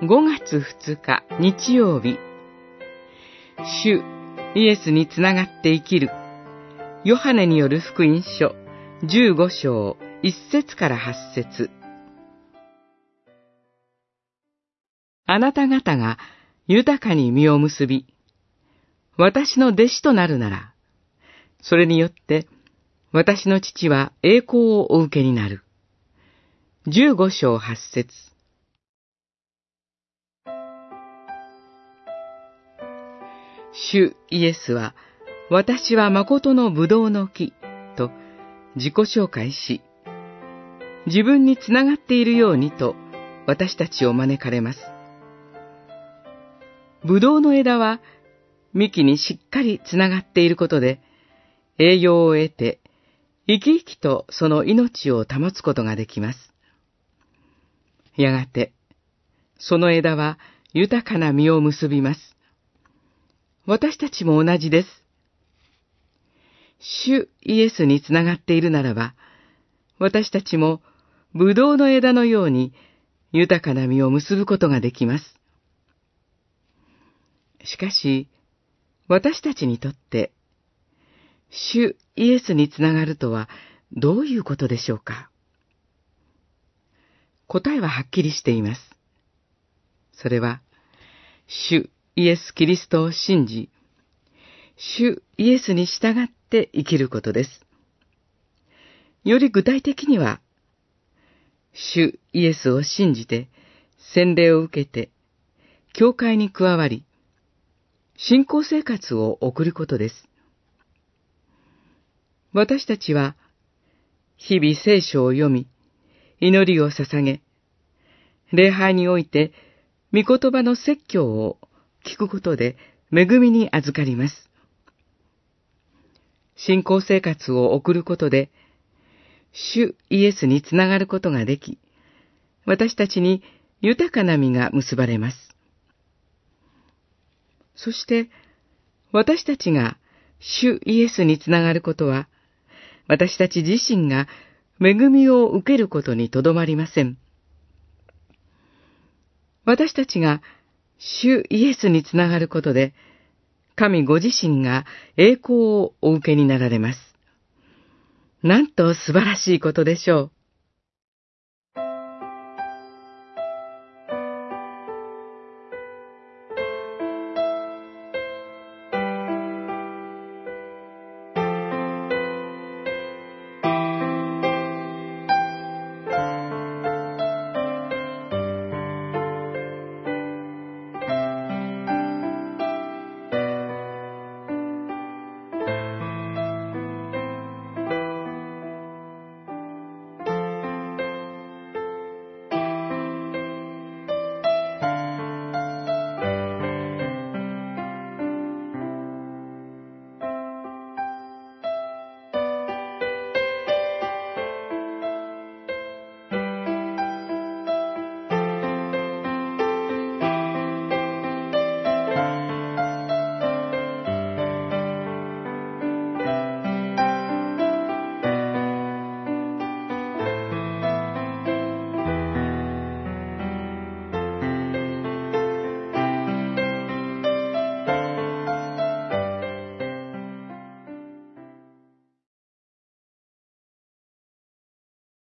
5月2日日曜日、主イエスにつながって生きるヨハネによる福音書15章1節から8節。あなた方が豊かに実を結び、私の弟子となるなら、それによって私の父は栄光をお受けになる。15章8節。主イエスは、私は誠のブドウの木と自己紹介し、自分につながっているようにと私たちを招かれます。ブドウの枝は幹にしっかりつながっていることで、栄養を得て生き生きとその命を保つことができます。やがて、その枝は豊かな実を結びます。私たちも同じです。主イエスにつながっているならば、私たちもブドウの枝のように豊かな実を結ぶことができます。しかし、私たちにとって、主イエスにつながるとはどういうことでしょうか。答えははっきりしています。それは、主イエス・キリストを信じ、主イエスに従って生きることです。より具体的には、主イエスを信じて、洗礼を受けて、教会に加わり、信仰生活を送ることです。私たちは、日々聖書を読み、祈りを捧げ、礼拝において、御言葉の説教を聞くことで恵みに預かります。信仰生活を送ることで、主イエスにつながることができ、私たちに豊かな実が結ばれます。そして、私たちが主イエスにつながることは、私たち自身が恵みを受けることにとどまりません。私たちが主イエスにつながることで、神ご自身が栄光をお受けになられます。なんと素晴らしいことでしょう。